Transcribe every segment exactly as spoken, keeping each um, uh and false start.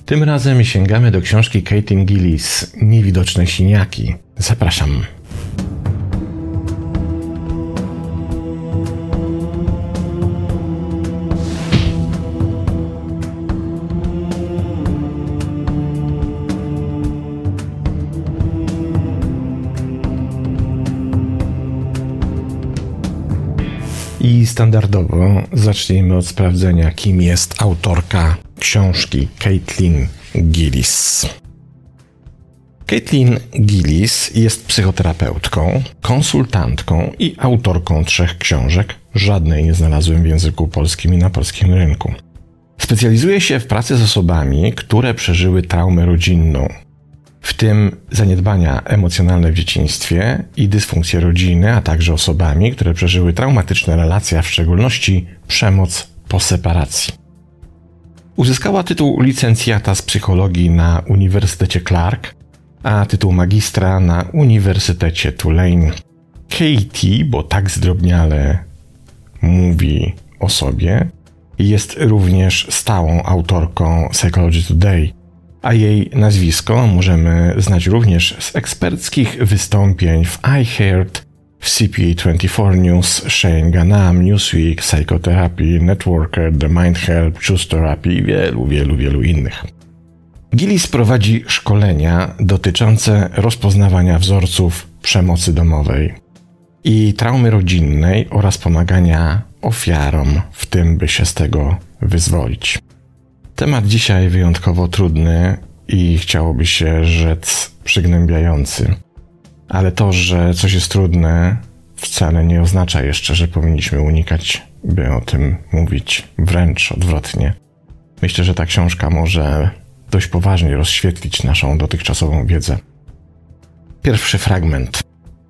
Tym razem sięgamy do książki Caitlin Gillis Niewidoczne siniaki. Zapraszam. I standardowo zacznijmy od sprawdzenia, kim jest autorka książki Caitlin Gillis. Caitlin Gillis jest psychoterapeutką, konsultantką i autorką trzech książek. Żadnej nie znalazłem w języku polskim i na polskim rynku. Specjalizuje się w pracy z osobami, które przeżyły traumę rodzinną, w tym zaniedbania emocjonalne w dzieciństwie i dysfunkcje rodziny, a także osobami, które przeżyły traumatyczne relacje, a w szczególności przemoc po separacji. Uzyskała tytuł licencjata z psychologii na Uniwersytecie Clark, a tytuł magistra na Uniwersytecie Tulane. Katie, bo tak zdrobniale mówi o sobie, jest również stałą autorką Psychology Today, a jej nazwisko możemy znać również z eksperckich wystąpień w iHeart, w C P A dwadzieścia cztery News, Shane Ganam, Newsweek, Psychotherapy, Networker, The Mind Help, Choose Therapy i wielu, wielu, wielu innych. Gillis prowadzi szkolenia dotyczące rozpoznawania wzorców przemocy domowej i traumy rodzinnej oraz pomagania ofiarom w tym, by się z tego wyzwolić. Temat dzisiaj wyjątkowo trudny i chciałoby się rzec przygnębiający. Ale to, że coś jest trudne, wcale nie oznacza jeszcze, że powinniśmy unikać, by o tym mówić, wręcz odwrotnie. Myślę, że ta książka może dość poważnie rozświetlić naszą dotychczasową wiedzę. Pierwszy fragment.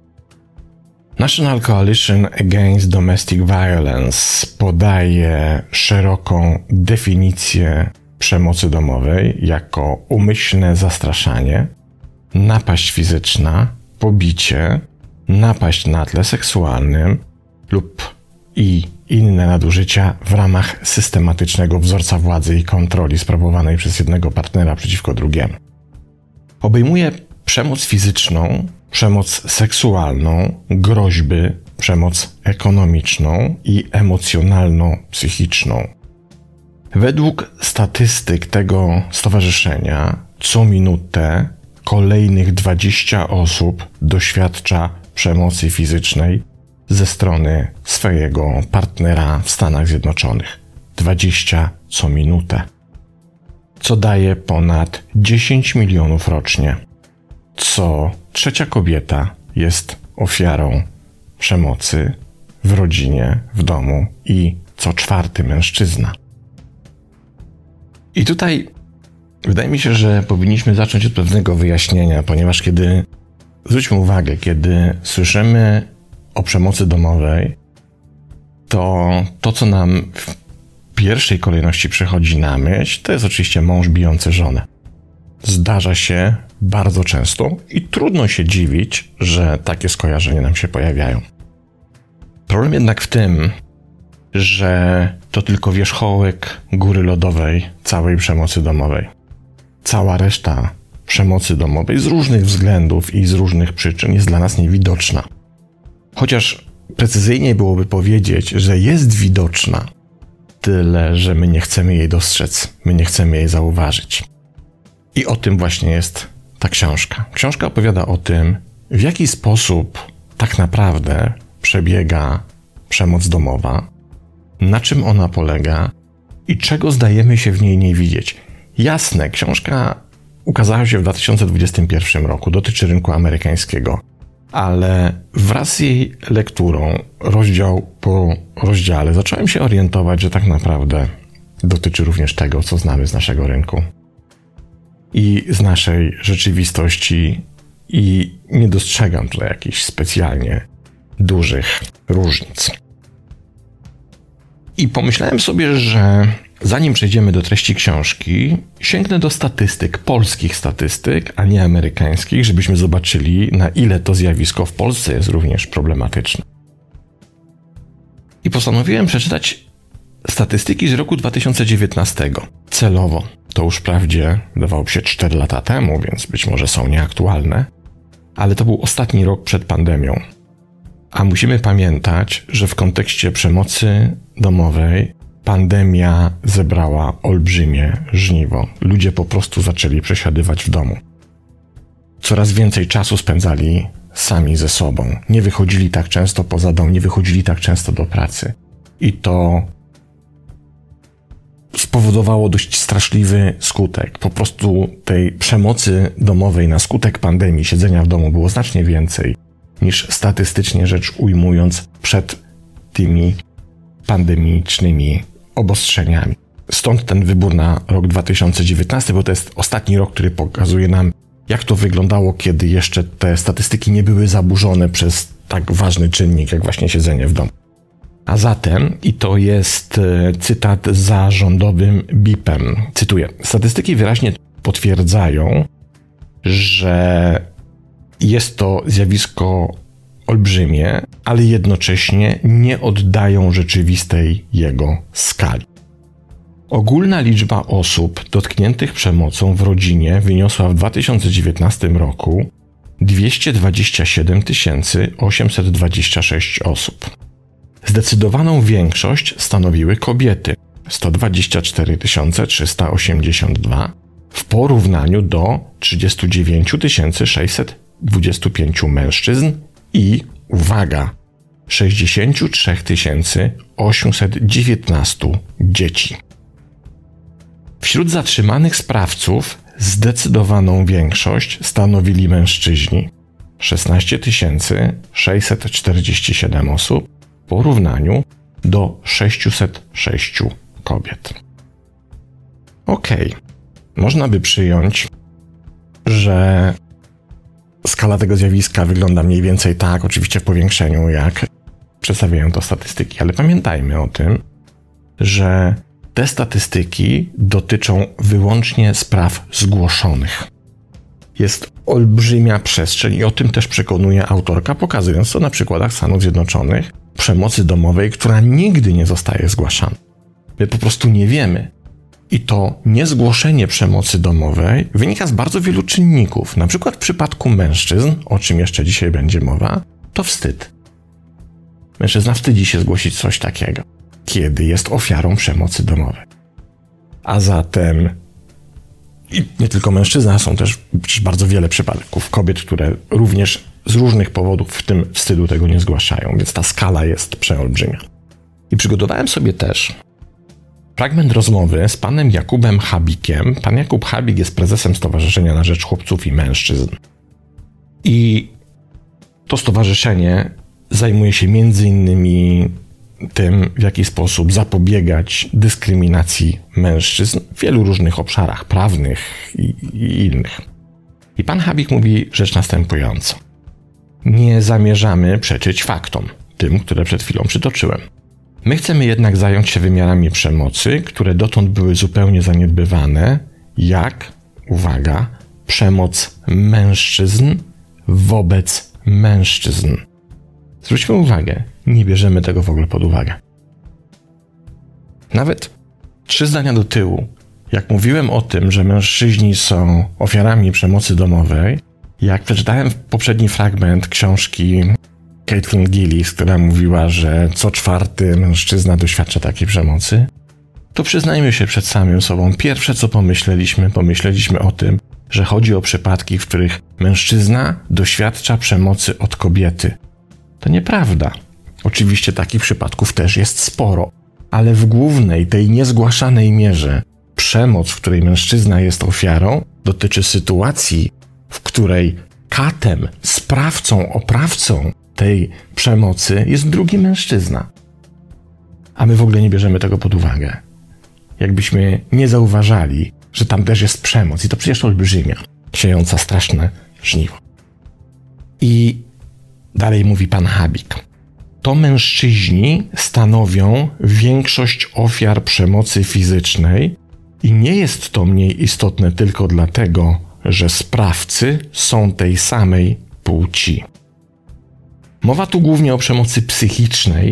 National Coalition Against Domestic Violence podaje szeroką definicję przemocy domowej jako umyślne zastraszanie, napaść fizyczna, pobicie, napaść na tle seksualnym lub i inne nadużycia w ramach systematycznego wzorca władzy i kontroli sprawowanej przez jednego partnera przeciwko drugiemu. Obejmuje przemoc fizyczną, przemoc seksualną, groźby, przemoc ekonomiczną i emocjonalno-psychiczną. Według statystyk tego stowarzyszenia co minutę kolejnych dwadzieścia osób doświadcza przemocy fizycznej ze strony swojego partnera w Stanach Zjednoczonych. dwadzieścia co minutę. Co daje ponad dziesięć milionów rocznie. Co trzecia kobieta jest ofiarą przemocy w rodzinie, w domu i co czwarty mężczyzna. I tutaj wydaje mi się, że powinniśmy zacząć od pewnego wyjaśnienia, ponieważ kiedy, zwróćmy uwagę, kiedy słyszymy o przemocy domowej, to to, co nam w pierwszej kolejności przychodzi na myśl, to jest oczywiście mąż bijący żonę. Zdarza się bardzo często i trudno się dziwić, że takie skojarzenia nam się pojawiają. Problem jednak w tym, że to tylko wierzchołek góry lodowej całej przemocy domowej. Cała reszta przemocy domowej z różnych względów i z różnych przyczyn jest dla nas niewidoczna. Chociaż precyzyjniej byłoby powiedzieć, że jest widoczna, tyle że my nie chcemy jej dostrzec, my nie chcemy jej zauważyć. I o tym właśnie jest ta książka. Książka opowiada o tym, w jaki sposób tak naprawdę przebiega przemoc domowa, na czym ona polega i czego zdajemy się w niej nie widzieć. Jasne, książka ukazała się w dwa tysiące dwudziestym pierwszym roku, dotyczy rynku amerykańskiego, ale wraz z jej lekturą, rozdział po rozdziale, zacząłem się orientować, że tak naprawdę dotyczy również tego, co znamy z naszego rynku i z naszej rzeczywistości i nie dostrzegam tutaj jakichś specjalnie dużych różnic. I pomyślałem sobie, że zanim przejdziemy do treści książki, sięgnę do statystyk, polskich statystyk, a nie amerykańskich, żebyśmy zobaczyli, na ile to zjawisko w Polsce jest również problematyczne. I postanowiłem przeczytać Statystyki z roku dwa tysiące dziewiętnastego. Celowo. To już wprawdzie wydawałoby się cztery lata temu, więc być może są nieaktualne, ale to był ostatni rok przed pandemią. A musimy pamiętać, że w kontekście przemocy domowej pandemia zebrała olbrzymie żniwo. Ludzie po prostu zaczęli przesiadywać w domu. Coraz więcej czasu spędzali sami ze sobą. Nie wychodzili tak często poza dom, nie wychodzili tak często do pracy. I to spowodowało dość straszliwy skutek. Po prostu tej przemocy domowej na skutek pandemii, siedzenia w domu było znacznie więcej niż statystycznie rzecz ujmując przed tymi pandemicznymi obostrzeniami. Stąd ten wybór na rok dwa tysiące dziewiętnasty, bo to jest ostatni rok, który pokazuje nam, jak to wyglądało, kiedy jeszcze te statystyki nie były zaburzone przez tak ważny czynnik, jak właśnie siedzenie w domu. A zatem, i to jest cytat za rządowym B I P-em, cytuję, statystyki wyraźnie potwierdzają, że jest to zjawisko olbrzymie, ale jednocześnie nie oddają rzeczywistej jego skali. Ogólna liczba osób dotkniętych przemocą w rodzinie wyniosła w dwa tysiące dziewiętnastym roku dwieście dwadzieścia siedem tysięcy osiemset dwadzieścia sześć osób. Zdecydowaną większość stanowiły kobiety sto dwadzieścia cztery tysiące trzysta osiemdziesiąt dwa w porównaniu do trzydzieści dziewięć tysięcy sześćset dwadzieścia pięć mężczyzn i, uwaga, sześćdziesiąt trzy tysiące osiemset dziewiętnaście dzieci. Wśród zatrzymanych sprawców zdecydowaną większość stanowili mężczyźni szesnaście tysięcy sześćset czterdzieści siedem osób w porównaniu do sześćset sześć kobiet. Okej, można by przyjąć, że skala tego zjawiska wygląda mniej więcej tak, oczywiście w powiększeniu, jak przedstawiają to statystyki, ale pamiętajmy o tym, że te statystyki dotyczą wyłącznie spraw zgłoszonych. Jest olbrzymia przestrzeń i o tym też przekonuje autorka, pokazując to na przykładach Stanów Zjednoczonych, przemocy domowej, która nigdy nie zostaje zgłaszana. My po prostu nie wiemy. I to niezgłoszenie przemocy domowej wynika z bardzo wielu czynników. Na przykład w przypadku mężczyzn, o czym jeszcze dzisiaj będzie mowa, to wstyd. Mężczyzna wstydzi się zgłosić coś takiego, kiedy jest ofiarą przemocy domowej. A zatem i nie tylko mężczyzna, są też przecież bardzo wiele przypadków kobiet, które również z różnych powodów, w tym wstydu, tego nie zgłaszają, więc ta skala jest przeolbrzymia. I przygotowałem sobie też fragment rozmowy z panem Jakubem Habikiem. Pan Jakub Habik jest prezesem Stowarzyszenia na Rzecz Chłopców i Mężczyzn. I to stowarzyszenie zajmuje się między innymi tym, w jaki sposób zapobiegać dyskryminacji mężczyzn w wielu różnych obszarach prawnych i, i innych. I pan Habik mówi rzecz następującą. Nie zamierzamy przeczyć faktom, tym, które przed chwilą przytoczyłem. My chcemy jednak zająć się wymiarami przemocy, które dotąd były zupełnie zaniedbywane, jak, uwaga, przemoc mężczyzn wobec mężczyzn. Zwróćmy uwagę, nie bierzemy tego w ogóle pod uwagę. Nawet trzy zdania do tyłu, jak mówiłem o tym, że mężczyźni są ofiarami przemocy domowej, jak przeczytałem poprzedni fragment książki Caitlin Gillis, która mówiła, że co czwarty mężczyzna doświadcza takiej przemocy, to przyznajmy się przed samym sobą. Pierwsze, co pomyśleliśmy, pomyśleliśmy o tym, że chodzi o przypadki, w których mężczyzna doświadcza przemocy od kobiety. To nieprawda. Oczywiście takich przypadków też jest sporo, ale w głównej, tej niezgłaszanej mierze przemoc, w której mężczyzna jest ofiarą, dotyczy sytuacji, w której katem, sprawcą, oprawcą tej przemocy jest drugi mężczyzna. A my w ogóle nie bierzemy tego pod uwagę. Jakbyśmy nie zauważali, że tam też jest przemoc i to przecież olbrzymia, siejąca straszne żniwo. I dalej mówi pan Habik. To mężczyźni stanowią większość ofiar przemocy fizycznej i nie jest to mniej istotne tylko dlatego, że sprawcy są tej samej płci. Mowa tu głównie o przemocy psychicznej,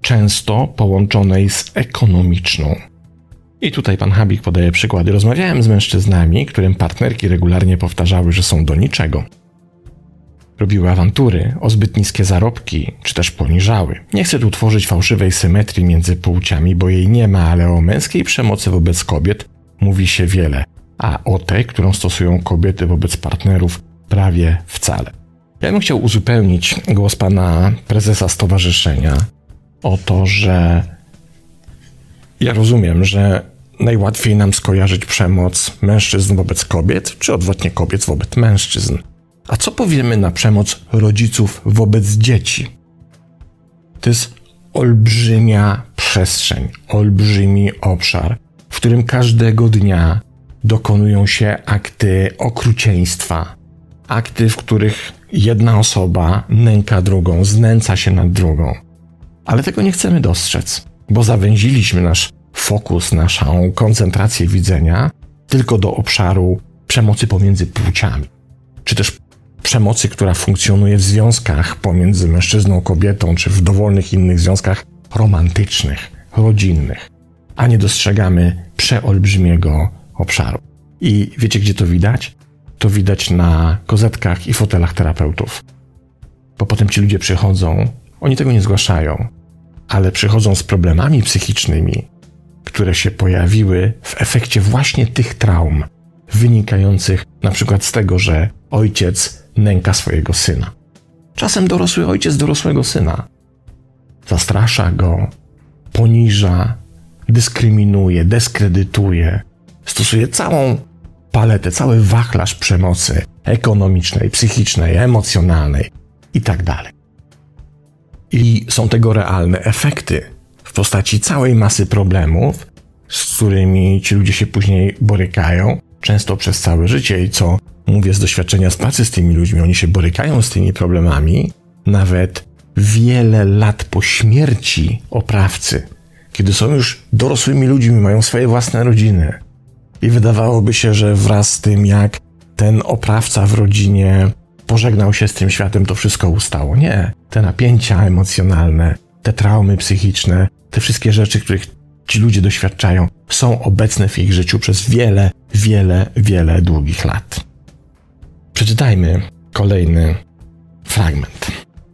często połączonej z ekonomiczną. I tutaj pan Habich podaje przykłady. Rozmawiałem z mężczyznami, którym partnerki regularnie powtarzały, że są do niczego. Robiły awantury o zbyt niskie zarobki, czy też poniżały. Nie chcę tu tworzyć fałszywej symetrii między płciami, bo jej nie ma, ale o męskiej przemocy wobec kobiet mówi się wiele, a o tej, którą stosują kobiety wobec partnerów, prawie wcale. Ja bym chciał uzupełnić głos pana prezesa stowarzyszenia o to, że ja rozumiem, że najłatwiej nam skojarzyć przemoc mężczyzn wobec kobiet, czy odwrotnie kobiet wobec mężczyzn. A co powiemy na przemoc rodziców wobec dzieci? To jest olbrzymia przestrzeń, olbrzymi obszar, w którym każdego dnia dokonują się akty okrucieństwa. Akty, w których jedna osoba nęka drugą, znęca się nad drugą. Ale tego nie chcemy dostrzec, bo zawęziliśmy nasz fokus, naszą koncentrację widzenia tylko do obszaru przemocy pomiędzy płciami, czy też przemocy, która funkcjonuje w związkach pomiędzy mężczyzną, kobietą, czy w dowolnych innych związkach romantycznych, rodzinnych, a nie dostrzegamy przeolbrzymiego obszaru. I wiecie, gdzie to widać? To widać na kozetkach i fotelach terapeutów. Bo potem ci ludzie przychodzą, oni tego nie zgłaszają, ale przychodzą z problemami psychicznymi, które się pojawiły w efekcie właśnie tych traum, wynikających na przykład z tego, że ojciec nęka swojego syna. Czasem dorosły ojciec dorosłego syna zastrasza go, poniża, dyskryminuje, dyskredytuje, stosuje całą paletę, cały wachlarz przemocy ekonomicznej, psychicznej, emocjonalnej itd. I są tego realne efekty w postaci całej masy problemów, z którymi ci ludzie się później borykają, często przez całe życie. I co mówię z doświadczenia z pracy z tymi ludźmi, oni się borykają z tymi problemami nawet wiele lat po śmierci oprawcy, kiedy są już dorosłymi ludźmi, mają swoje własne rodziny. I wydawałoby się, że wraz z tym, jak ten oprawca w rodzinie pożegnał się z tym światem, to wszystko ustało. Nie. Te napięcia emocjonalne, te traumy psychiczne, te wszystkie rzeczy, których ci ludzie doświadczają, są obecne w ich życiu przez wiele, wiele, wiele długich lat. Przeczytajmy kolejny fragment.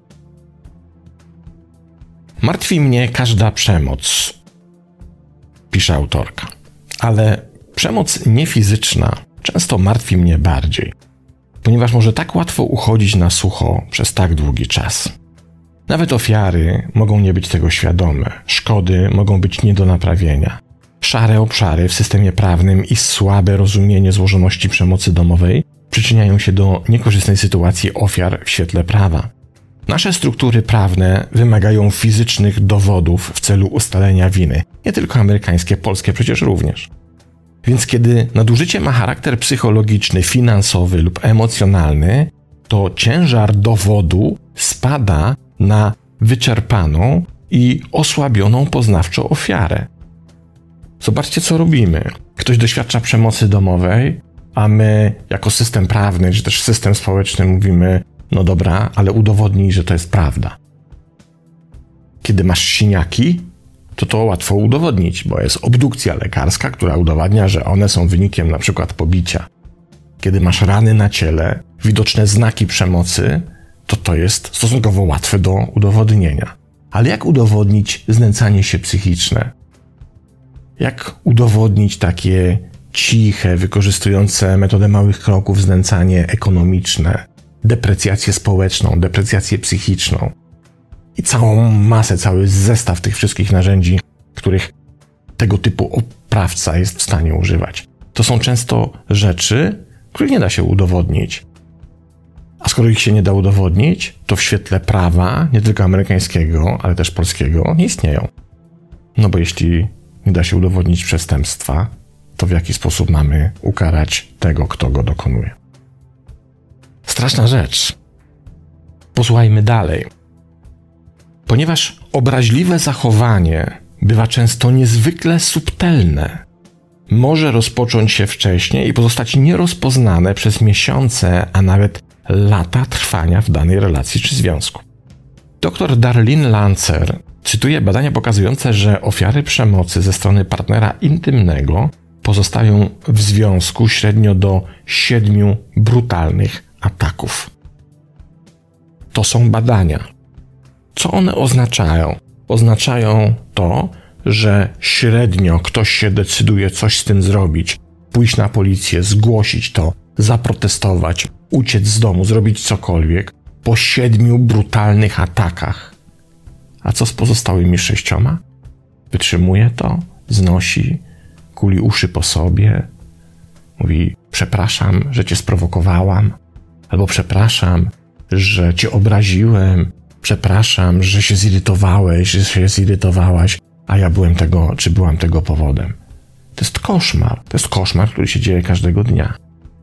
Martwi mnie każda przemoc, pisze autorka, ale przemoc niefizyczna często martwi mnie bardziej, ponieważ może tak łatwo uchodzić na sucho przez tak długi czas. Nawet ofiary mogą nie być tego świadome, szkody mogą być nie do naprawienia. Szare obszary w systemie prawnym i słabe rozumienie złożoności przemocy domowej przyczyniają się do niekorzystnej sytuacji ofiar w świetle prawa. Nasze struktury prawne wymagają fizycznych dowodów w celu ustalenia winy, nie tylko amerykańskie, polskie przecież również. Więc kiedy nadużycie ma charakter psychologiczny, finansowy lub emocjonalny, to ciężar dowodu spada na wyczerpaną i osłabioną poznawczo ofiarę. Zobaczcie, co robimy. Ktoś doświadcza przemocy domowej, a my jako system prawny, czy też system społeczny mówimy, no dobra, ale udowodnij, że to jest prawda. Kiedy masz siniaki, to to łatwo udowodnić, bo jest obdukcja lekarska, która udowadnia, że one są wynikiem na przykład pobicia. Kiedy masz rany na ciele, widoczne znaki przemocy, to to jest stosunkowo łatwe do udowodnienia. Ale jak udowodnić znęcanie się psychiczne? Jak udowodnić takie ciche, wykorzystujące metodę małych kroków znęcanie ekonomiczne, deprecjację społeczną, deprecjację psychiczną i całą masę, cały zestaw tych wszystkich narzędzi, których tego typu oprawca jest w stanie używać. To są często rzeczy, których nie da się udowodnić. A skoro ich się nie da udowodnić, to w świetle prawa, nie tylko amerykańskiego, ale też polskiego, nie istnieją. No bo jeśli nie da się udowodnić przestępstwa, to w jaki sposób mamy ukarać tego, kto go dokonuje? Straszna rzecz. Posłuchajmy dalej. Ponieważ obraźliwe zachowanie bywa często niezwykle subtelne, może rozpocząć się wcześniej i pozostać nierozpoznane przez miesiące, a nawet lata trwania w danej relacji czy związku. Doktor Darlene Lancer Cytuję badania pokazujące, że ofiary przemocy ze strony partnera intymnego pozostają w związku średnio do siedmiu brutalnych ataków. To są badania. Co one oznaczają? Oznaczają to, że średnio ktoś się decyduje coś z tym zrobić, pójść na policję, zgłosić to, zaprotestować, uciec z domu, zrobić cokolwiek po siedmiu brutalnych atakach. A co z pozostałymi sześcioma? Wytrzymuje to, znosi, kuli uszy po sobie, mówi: przepraszam, że cię sprowokowałam, albo przepraszam, że cię obraziłem, przepraszam, że się zirytowałeś, że się zirytowałaś, a ja byłem tego, czy byłam tego powodem. To jest koszmar. To jest koszmar, który się dzieje każdego dnia.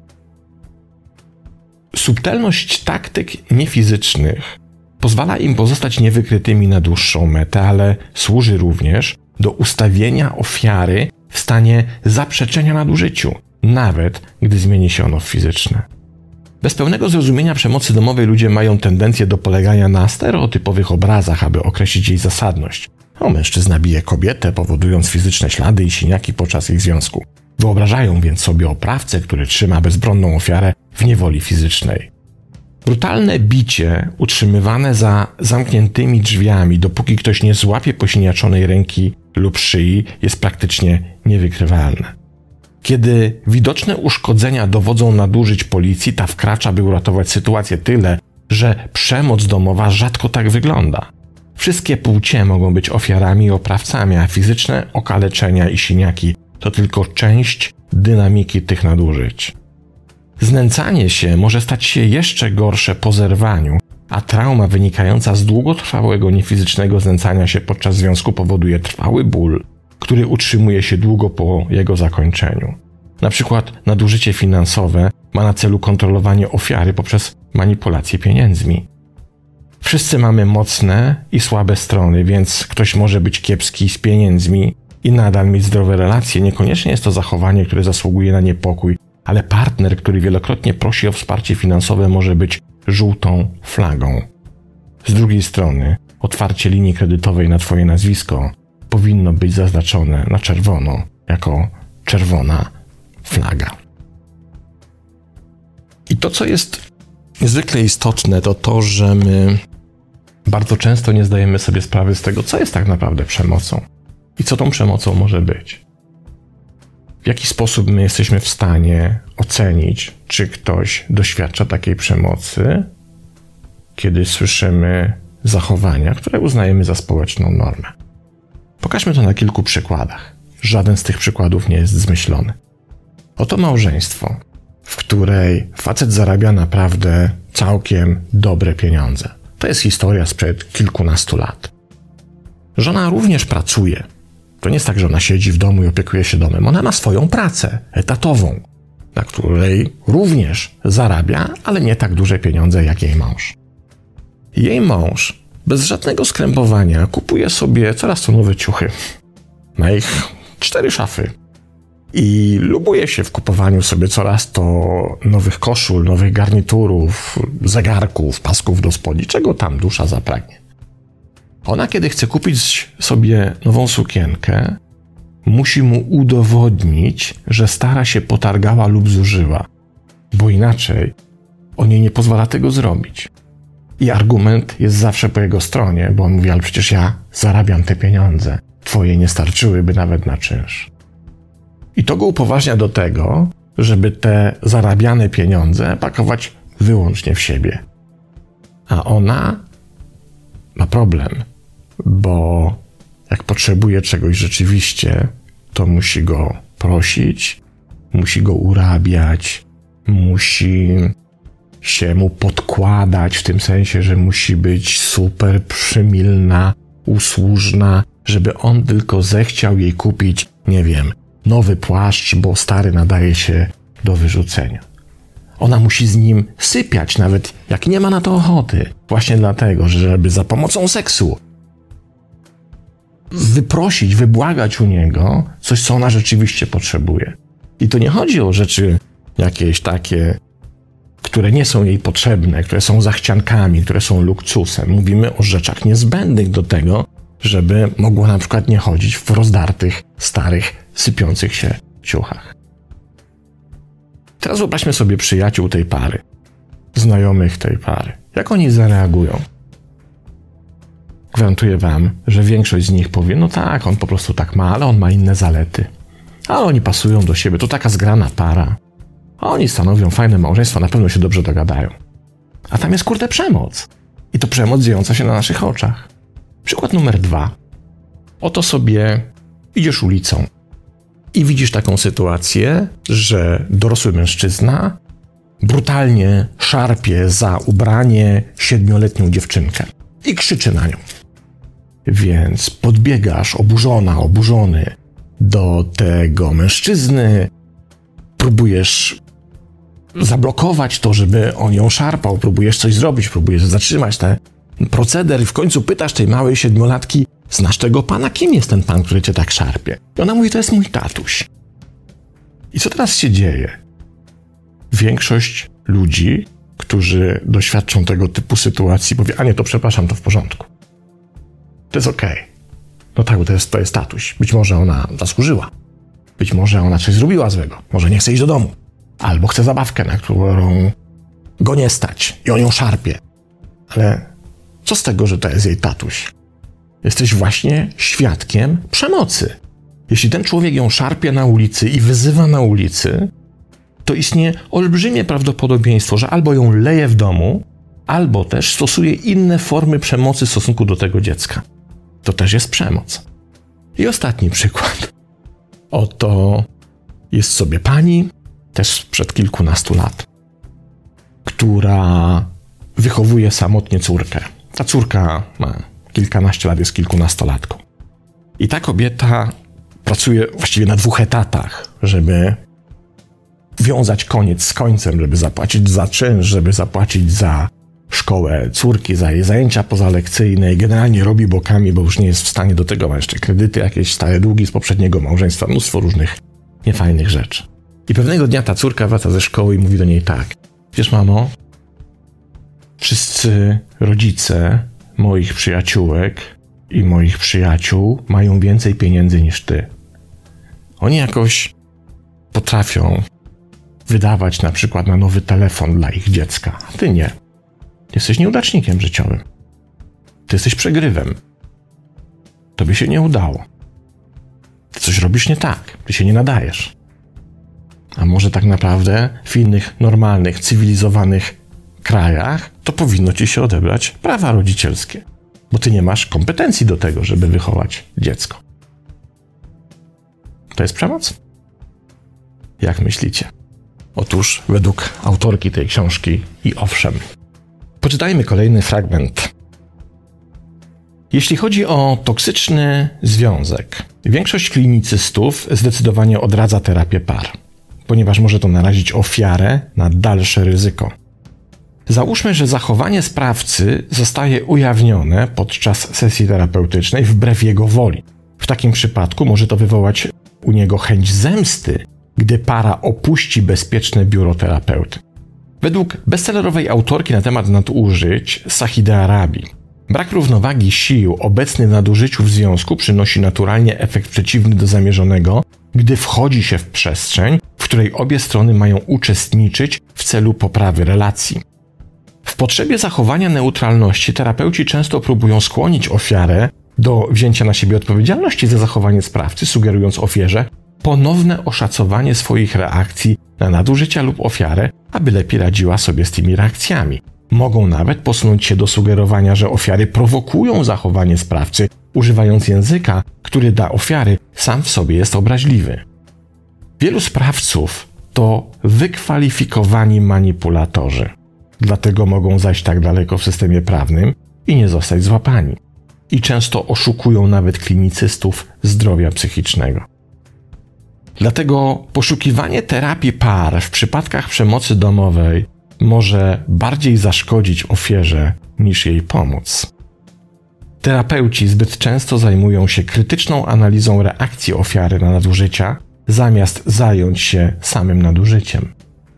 Subtelność taktyk niefizycznych pozwala im pozostać niewykrytymi na dłuższą metę, ale służy również do ustawienia ofiary w stanie zaprzeczenia nadużyciu, nawet gdy zmieni się ono w fizyczne. Bez pełnego zrozumienia przemocy domowej ludzie mają tendencję do polegania na stereotypowych obrazach, aby określić jej zasadność. O, mężczyzna bije kobietę, powodując fizyczne ślady i siniaki podczas ich związku. Wyobrażają więc sobie oprawcę, który trzyma bezbronną ofiarę w niewoli fizycznej. Brutalne bicie utrzymywane za zamkniętymi drzwiami, dopóki ktoś nie złapie posiniaczonej ręki lub szyi, jest praktycznie niewykrywalne. Kiedy widoczne uszkodzenia dowodzą nadużyć policji, ta wkracza, by uratować sytuację, tyle, że przemoc domowa rzadko tak wygląda. Wszystkie płcie mogą być ofiarami i oprawcami, a fizyczne okaleczenia i siniaki to tylko część dynamiki tych nadużyć. Znęcanie się może stać się jeszcze gorsze po zerwaniu, a trauma wynikająca z długotrwałego niefizycznego znęcania się podczas związku powoduje trwały ból, który utrzymuje się długo po jego zakończeniu. Na przykład nadużycie finansowe ma na celu kontrolowanie ofiary poprzez manipulację pieniędzmi. Wszyscy mamy mocne i słabe strony, więc ktoś może być kiepski z pieniędzmi i nadal mieć zdrowe relacje. Niekoniecznie jest to zachowanie, które zasługuje na niepokój, ale partner, który wielokrotnie prosi o wsparcie finansowe, może być żółtą flagą. Z drugiej strony, otwarcie linii kredytowej na twoje nazwisko powinno być zaznaczone na czerwono, jako czerwona flaga. I to, co jest niezwykle istotne, to to, że my bardzo często nie zdajemy sobie sprawy z tego, co jest tak naprawdę przemocą i co tą przemocą może być. W jaki sposób my jesteśmy w stanie ocenić, czy ktoś doświadcza takiej przemocy, kiedy słyszymy zachowania, które uznajemy za społeczną normę. Pokażmy to na kilku przykładach. Żaden z tych przykładów nie jest zmyślony. Oto małżeństwo, w której facet zarabia naprawdę całkiem dobre pieniądze. To jest historia sprzed kilkunastu lat. Żona również pracuje. To nie jest tak, że ona siedzi w domu i opiekuje się domem. Ona ma swoją pracę etatową, na której również zarabia, ale nie tak duże pieniądze jak jej mąż. Jej mąż bez żadnego skrępowania kupuje sobie coraz to nowe ciuchy. Ma ich cztery szafy. I lubuje się w kupowaniu sobie coraz to nowych koszul, nowych garniturów, zegarków, pasków do spodni, czego tam dusza zapragnie. Ona, kiedy chce kupić sobie nową sukienkę, musi mu udowodnić, że stara się potargała lub zużyła, bo inaczej on jej nie pozwala tego zrobić. I argument jest zawsze po jego stronie, bo on mówi: ale przecież ja zarabiam te pieniądze, twoje nie starczyłyby nawet na czynsz. I to go upoważnia do tego, żeby te zarabiane pieniądze pakować wyłącznie w siebie. A ona ma problem, bo jak potrzebuje czegoś rzeczywiście, to musi go prosić, musi go urabiać, musi się mu podkładać, w tym sensie, że musi być super przymilna, usłużna, żeby on tylko zechciał jej kupić, nie wiem, nowy płaszcz, bo stary nadaje się do wyrzucenia. Ona musi z nim sypiać, nawet jak nie ma na to ochoty. Właśnie dlatego, żeby za pomocą seksu wyprosić, wybłagać u niego coś, co ona rzeczywiście potrzebuje. I to nie chodzi o rzeczy jakieś takie, które nie są jej potrzebne, które są zachciankami, które są luksusem. Mówimy o rzeczach niezbędnych do tego, żeby mogła na przykład nie chodzić w rozdartych, starych, sypiących się ciuchach. Teraz wyobraźmy sobie przyjaciół tej pary, znajomych tej pary. Jak oni zareagują? Gwarantuję wam, że większość z nich powie, no tak, on po prostu tak ma, ale on ma inne zalety. A oni pasują do siebie, to taka zgrana para. A oni stanowią fajne małżeństwo, na pewno się dobrze dogadają. A tam jest kurde przemoc. I to przemoc dziejąca się na naszych oczach. Przykład numer dwa. Oto sobie idziesz ulicą i widzisz taką sytuację, że dorosły mężczyzna brutalnie szarpie za ubranie siedmioletnią dziewczynkę i krzyczy na nią. Więc podbiegasz oburzona, oburzony do tego mężczyzny, próbujesz zablokować to, żeby on ją szarpał, próbujesz coś zrobić, próbujesz zatrzymać ten proceder i w końcu pytasz tej małej siedmiolatki, znasz tego pana? Kim jest ten pan, który cię tak szarpie? I ona mówi, to jest mój tatuś. I co teraz się dzieje? Większość ludzi, którzy doświadczą tego typu sytuacji, powie, a nie, to przepraszam, to w porządku. To jest okej. Okay. No tak, bo to jest, to jest tatuś. Być może ona zasłużyła. Być może ona coś zrobiła złego. Może nie chce iść do domu. Albo chce zabawkę, na którą go nie stać i on ją szarpie. Ale co z tego, że to jest jej tatuś? Jesteś właśnie świadkiem przemocy. Jeśli ten człowiek ją szarpie na ulicy i wyzywa na ulicy, to istnieje olbrzymie prawdopodobieństwo, że albo ją leje w domu, albo też stosuje inne formy przemocy w stosunku do tego dziecka. To też jest przemoc. I ostatni przykład. Oto jest sobie pani, też sprzed kilkunastu lat, która wychowuje samotnie córkę. Ta córka ma kilkanaście lat, jest kilkunastolatką. I ta kobieta pracuje właściwie na dwóch etatach, żeby wiązać koniec z końcem, żeby zapłacić za czynsz, żeby zapłacić za szkołę córki, za jej zajęcia pozalekcyjne i generalnie robi bokami, bo już nie jest w stanie do tego, ma jeszcze kredyty, jakieś stare długi z poprzedniego małżeństwa, mnóstwo różnych niefajnych rzeczy. I pewnego dnia ta córka wraca ze szkoły i mówi do niej tak, wiesz mamo, wszyscy rodzice moich przyjaciółek i moich przyjaciół mają więcej pieniędzy niż ty. Oni jakoś potrafią wydawać na przykład na nowy telefon dla ich dziecka, a ty nie. Jesteś nieudacznikiem życiowym. Ty jesteś przegrywem. Tobie się nie udało. Ty coś robisz nie tak. Ty się nie nadajesz. A może tak naprawdę w innych, normalnych, cywilizowanych krajach to powinno ci się odebrać prawa rodzicielskie, bo ty nie masz kompetencji do tego, żeby wychować dziecko. To jest przemoc? Jak myślicie? Otóż według autorki tej książki i owszem. Poczytajmy kolejny fragment. Jeśli chodzi o toksyczny związek, większość klinicystów zdecydowanie odradza terapię par, ponieważ może to narazić ofiarę na dalsze ryzyko. Załóżmy, że zachowanie sprawcy zostaje ujawnione podczas sesji terapeutycznej wbrew jego woli. W takim przypadku może to wywołać u niego chęć zemsty, gdy para opuści bezpieczne biuro terapeuty. Według bestsellerowej autorki na temat nadużyć Sahide Arabi, brak równowagi sił obecny w nadużyciu w związku przynosi naturalnie efekt przeciwny do zamierzonego, gdy wchodzi się w przestrzeń, w której obie strony mają uczestniczyć w celu poprawy relacji. W potrzebie zachowania neutralności terapeuci często próbują skłonić ofiarę do wzięcia na siebie odpowiedzialności za zachowanie sprawcy, sugerując ofierze ponowne oszacowanie swoich reakcji na nadużycia lub ofiarę, aby lepiej radziła sobie z tymi reakcjami. Mogą nawet posunąć się do sugerowania, że ofiary prowokują zachowanie sprawcy, używając języka, który dla ofiary sam w sobie jest obraźliwy. Wielu sprawców to wykwalifikowani manipulatorzy. Dlatego mogą zajść tak daleko w systemie prawnym i nie zostać złapani. I często oszukują nawet klinicystów zdrowia psychicznego. Dlatego poszukiwanie terapii par w przypadkach przemocy domowej może bardziej zaszkodzić ofierze niż jej pomóc. Terapeuci zbyt często zajmują się krytyczną analizą reakcji ofiary na nadużycia, zamiast zająć się samym nadużyciem.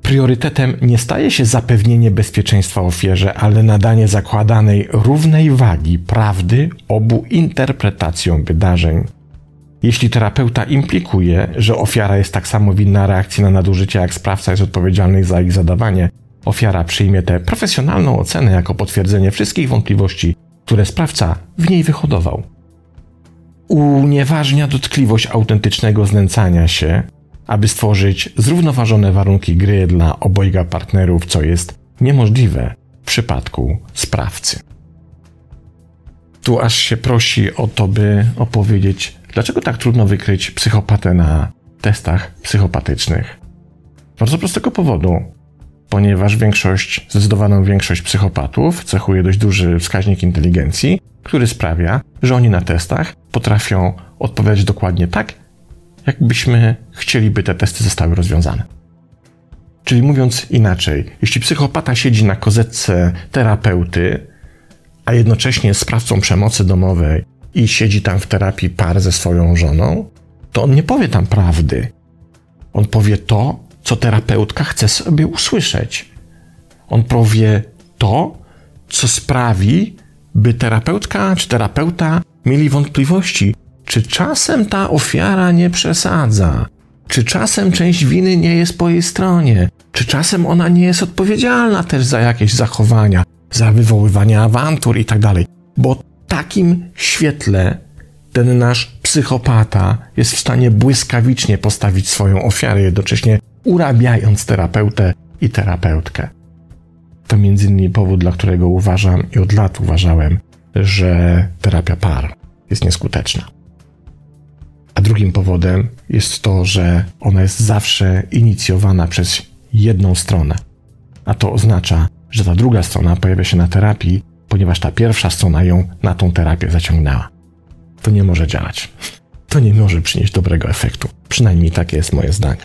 Priorytetem nie staje się zapewnienie bezpieczeństwa ofierze, ale nadanie zakładanej równej wagi prawdy obu interpretacjom wydarzeń. Jeśli terapeuta implikuje, że ofiara jest tak samo winna reakcji na nadużycia, jak sprawca jest odpowiedzialny za ich zadawanie, ofiara przyjmie tę profesjonalną ocenę jako potwierdzenie wszystkich wątpliwości, które sprawca w niej wyhodował. Unieważnia dotkliwość autentycznego znęcania się, aby stworzyć zrównoważone warunki gry dla obojga partnerów, co jest niemożliwe w przypadku sprawcy. Tu aż się prosi o to, by opowiedzieć, dlaczego tak trudno wykryć psychopatę na testach psychopatycznych. Z bardzo prostego powodu, ponieważ większość, zdecydowaną większość psychopatów cechuje dość duży wskaźnik inteligencji, który sprawia, że oni na testach potrafią odpowiadać dokładnie tak, jakbyśmy chcieli, by te testy zostały rozwiązane. Czyli mówiąc inaczej, jeśli psychopata siedzi na kozetce terapeuty, a jednocześnie jest sprawcą przemocy domowej i siedzi tam w terapii par ze swoją żoną, to on nie powie tam prawdy. On powie to, co terapeutka chce sobie usłyszeć. On powie to, co sprawi, by terapeutka czy terapeuta mieli wątpliwości, czy czasem ta ofiara nie przesadza, czy czasem część winy nie jest po jej stronie, czy czasem ona nie jest odpowiedzialna też za jakieś zachowania, za wywoływanie awantur i tak dalej. Bo w takim świetle ten nasz psychopata jest w stanie błyskawicznie postawić swoją ofiarę, jednocześnie urabiając terapeutę i terapeutkę. To między innymi powód, dla którego uważam i od lat uważałem, że terapia par jest nieskuteczna. A drugim powodem jest to, że ona jest zawsze inicjowana przez jedną stronę. A to oznacza, że ta druga strona pojawia się na terapii, ponieważ ta pierwsza strona ją na tą terapię zaciągnęła. To nie może działać. To nie może przynieść dobrego efektu. Przynajmniej takie jest moje zdanie.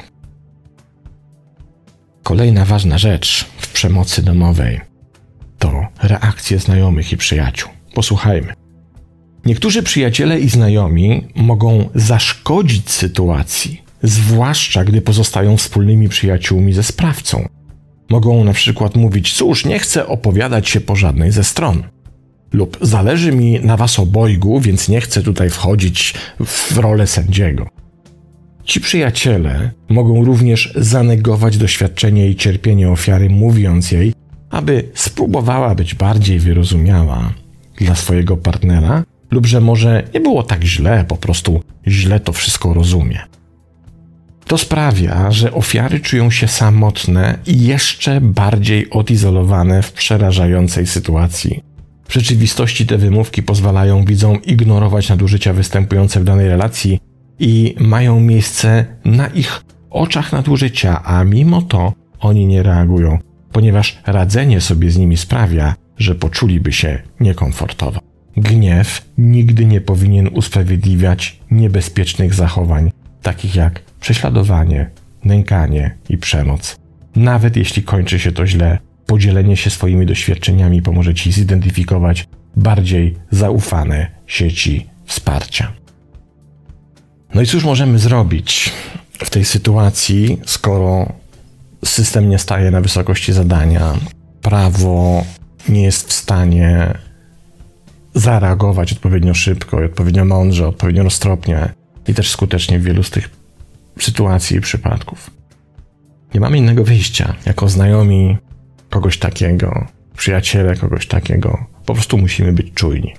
Kolejna ważna rzecz w przemocy domowej to reakcje znajomych i przyjaciół. Posłuchajmy. Niektórzy przyjaciele i znajomi mogą zaszkodzić sytuacji, zwłaszcza gdy pozostają wspólnymi przyjaciółmi ze sprawcą. Mogą na przykład mówić: cóż, nie chcę opowiadać się po żadnej ze stron. Lub zależy mi na was obojgu, więc nie chcę tutaj wchodzić w rolę sędziego. Ci przyjaciele mogą również zanegować doświadczenie i cierpienie ofiary, mówiąc jej, aby spróbowała być bardziej wyrozumiała dla swojego partnera, lub że może nie było tak źle, po prostu źle to wszystko rozumie. To sprawia, że ofiary czują się samotne i jeszcze bardziej odizolowane w przerażającej sytuacji. W rzeczywistości te wymówki pozwalają widzom ignorować nadużycia występujące w danej relacji i mają miejsce na ich oczach nadużycia, a mimo to oni nie reagują, ponieważ radzenie sobie z nimi sprawia, że poczuliby się niekomfortowo. Gniew nigdy nie powinien usprawiedliwiać niebezpiecznych zachowań, takich jak prześladowanie, nękanie i przemoc. Nawet jeśli kończy się to źle, podzielenie się swoimi doświadczeniami pomoże ci zidentyfikować bardziej zaufane sieci wsparcia. No i cóż możemy zrobić w tej sytuacji, skoro system nie staje na wysokości zadania, prawo nie jest w stanie zareagować odpowiednio szybko, odpowiednio mądrze, odpowiednio roztropnie i też skutecznie w wielu z tych sytuacji i przypadków. Nie mamy innego wyjścia. Jako znajomi kogoś takiego, przyjaciele kogoś takiego, po prostu musimy być czujni.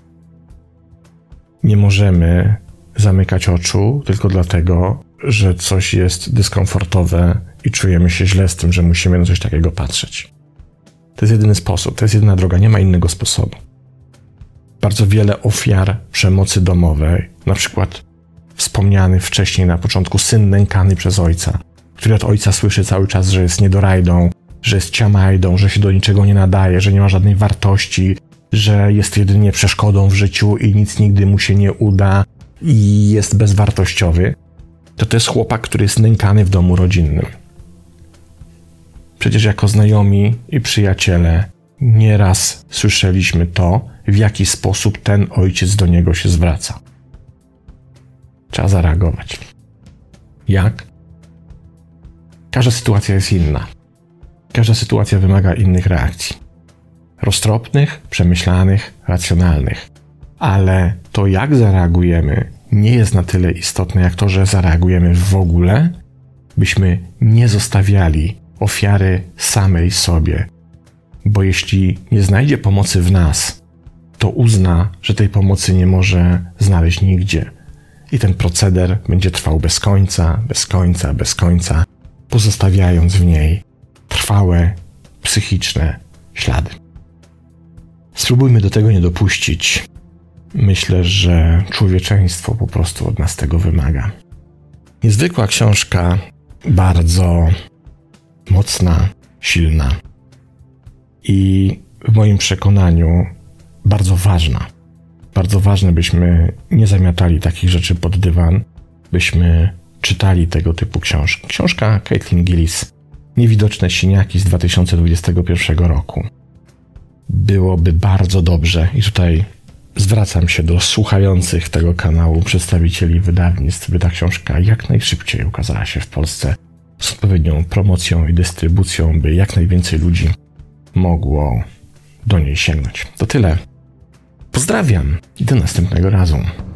Nie możemy zamykać oczu tylko dlatego, że coś jest dyskomfortowe i czujemy się źle z tym, że musimy na coś takiego patrzeć. To jest jedyny sposób, to jest jedyna droga, nie ma innego sposobu. Bardzo wiele ofiar przemocy domowej, na przykład wspomniany wcześniej na początku syn nękany przez ojca, który od ojca słyszy cały czas, że jest niedorajdą, że jest ciamajdą, że się do niczego nie nadaje, że nie ma żadnej wartości, że jest jedynie przeszkodą w życiu i nic nigdy mu się nie uda i jest bezwartościowy, to to jest chłopak, który jest nękany w domu rodzinnym. Przecież jako znajomi i przyjaciele nieraz słyszeliśmy to, w jaki sposób ten ojciec do niego się zwraca. Trzeba zareagować. Jak? Każda sytuacja jest inna. Każda sytuacja wymaga innych reakcji. Roztropnych, przemyślanych, racjonalnych. Ale to, jak zareagujemy, nie jest na tyle istotne, jak to, że zareagujemy w ogóle, byśmy nie zostawiali ofiary samej sobie. Bo jeśli nie znajdzie pomocy w nas, to uzna, że tej pomocy nie może znaleźć nigdzie. I ten proceder będzie trwał bez końca, bez końca, bez końca, pozostawiając w niej trwałe, psychiczne ślady. Spróbujmy do tego nie dopuścić. Myślę, że człowieczeństwo po prostu od nas tego wymaga. Niezwykła książka, bardzo mocna, silna i w moim przekonaniu bardzo ważna. Bardzo ważne, byśmy nie zamiatali takich rzeczy pod dywan, byśmy czytali tego typu książki. Książka Caitlin Gillis, Niewidoczne siniaki z dwa tysiące dwudziestego pierwszego roku. Byłoby bardzo dobrze, i tutaj zwracam się do słuchających tego kanału przedstawicieli wydawnictw, by ta książka jak najszybciej ukazała się w Polsce z odpowiednią promocją i dystrybucją, by jak najwięcej ludzi mogło do niej sięgnąć. To tyle. Pozdrawiam i do następnego razu.